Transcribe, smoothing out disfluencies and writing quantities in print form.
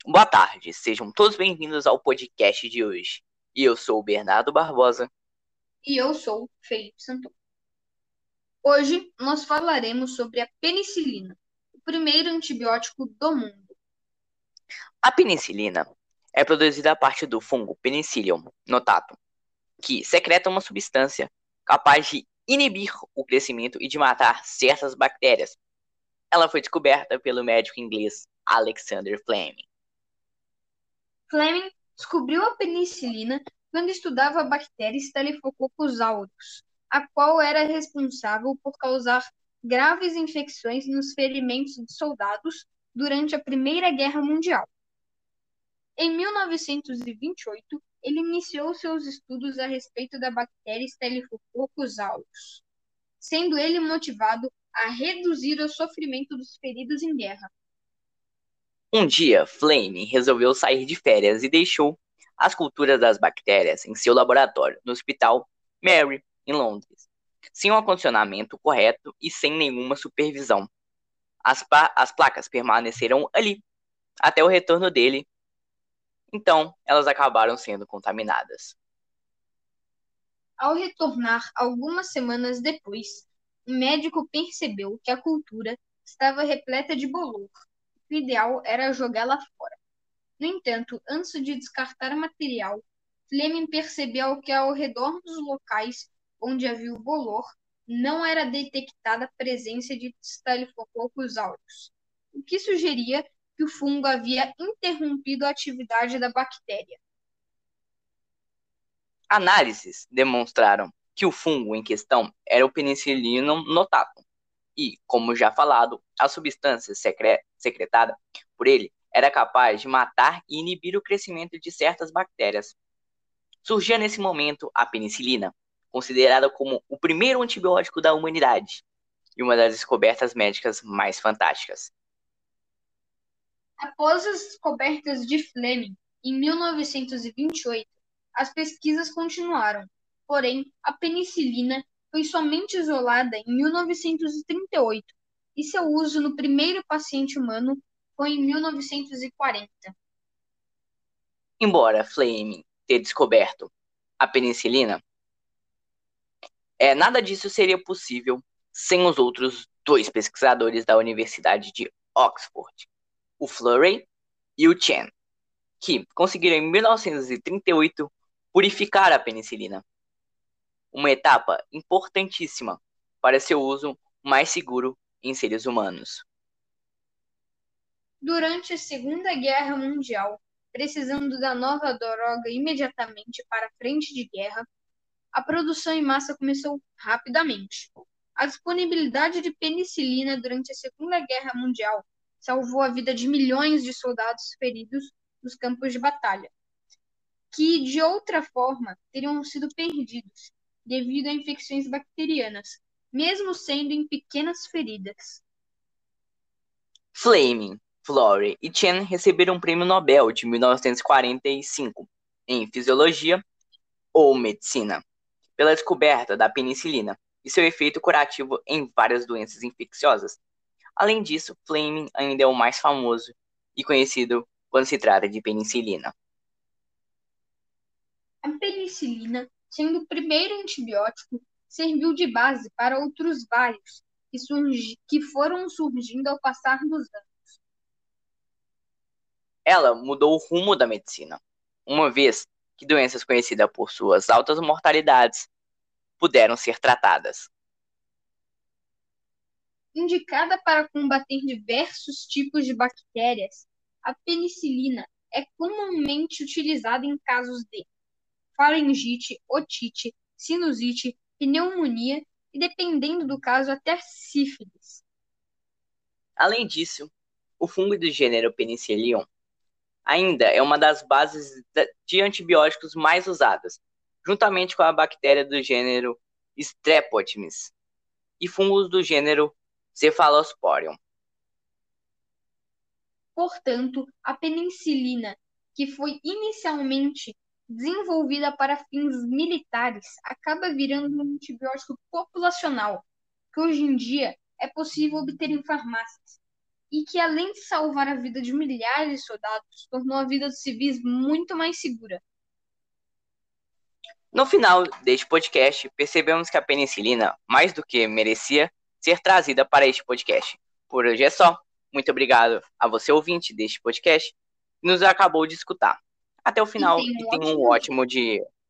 Boa tarde, sejam todos bem-vindos ao podcast de hoje. E eu sou o Bernardo Barbosa. E eu sou Felipe Santoro. Hoje nós falaremos sobre a penicilina, o primeiro antibiótico do mundo. A penicilina é produzida a partir do fungo Penicillium notatum, que secreta uma substância capaz de inibir o crescimento e de matar certas bactérias. Ela foi descoberta pelo médico inglês Alexander Fleming. Fleming descobriu a penicilina quando estudava a bactéria Staphylococcus aureus, a qual era responsável por causar graves infecções nos ferimentos de soldados durante a Primeira Guerra Mundial. Em 1928, ele iniciou seus estudos a respeito da bactéria Staphylococcus aureus, sendo ele motivado a reduzir o sofrimento dos feridos em guerra. Um dia, Fleming resolveu sair de férias e deixou as culturas das bactérias em seu laboratório no Hospital Mary, em Londres, sem um acondicionamento correto e sem nenhuma supervisão. As placas permaneceram ali até o retorno dele, então elas acabaram sendo contaminadas. Ao retornar algumas semanas depois, o médico percebeu que a cultura estava repleta de bolor. O ideal era jogá-la fora. No entanto, antes de descartar o material, Fleming percebeu que ao redor dos locais onde havia o bolor não era detectada a presença de Staphylococcus aureus, o que sugeria que o fungo havia interrompido a atividade da bactéria. Análises demonstraram que o fungo em questão era o Penicillium notatum e, como já falado, a substância secretada por ele era capaz de matar e inibir o crescimento de certas bactérias. Surgia nesse momento a penicilina, considerada como o primeiro antibiótico da humanidade e uma das descobertas médicas mais fantásticas. Após as descobertas de Fleming, em 1928, as pesquisas continuaram, porém, a penicilina foi somente isolada em 1938 e seu uso no primeiro paciente humano foi em 1940. Embora Fleming tenha descoberto a penicilina, nada disso seria possível sem os outros dois pesquisadores da Universidade de Oxford, o Flurry e o Chen, que conseguiram em 1938 purificar a penicilina, uma etapa importantíssima para seu uso mais seguro em seres humanos. Durante a Segunda Guerra Mundial, precisando da nova droga imediatamente para a frente de guerra, a produção em massa começou rapidamente. A disponibilidade de penicilina durante a Segunda Guerra Mundial salvou a vida de milhões de soldados feridos nos campos de batalha, que de outra forma teriam sido perdidos devido a infecções bacterianas, mesmo sendo em pequenas feridas. Fleming, Florey e Chen receberam o Prêmio Nobel de 1945 em Fisiologia ou Medicina pela descoberta da penicilina e seu efeito curativo em várias doenças infecciosas. Além disso, Fleming ainda é o mais famoso e conhecido quando se trata de penicilina. A penicilina, sendo o primeiro antibiótico, serviu de base para outros vários que foram surgindo ao passar dos anos. Ela mudou o rumo da medicina, uma vez que doenças conhecidas por suas altas mortalidades puderam ser tratadas. Indicada para combater diversos tipos de bactérias, a penicilina é comumente utilizada em casos de faringite, otite, sinusite, pneumonia e, dependendo do caso, até sífilis. Além disso, o fungo do gênero Penicillium ainda é uma das bases de antibióticos mais usadas, juntamente com a bactéria do gênero Streptococcus e fungos do gênero Cephalosporium. Portanto, a penicilina, que foi inicialmente desenvolvida para fins militares, acaba virando um antibiótico populacional, que hoje em dia é possível obter em farmácias. e que, além de salvar a vida de milhares de soldados, tornou a vida dos civis muito mais segura. No final deste podcast, percebemos que a penicilina, mais do que merecia, ser trazida para este podcast. Por hoje é só. Muito obrigado a você, ouvinte deste podcast, que nos acabou de escutar. Até o E final tem e um tenha um ótimo dia. ótimo dia.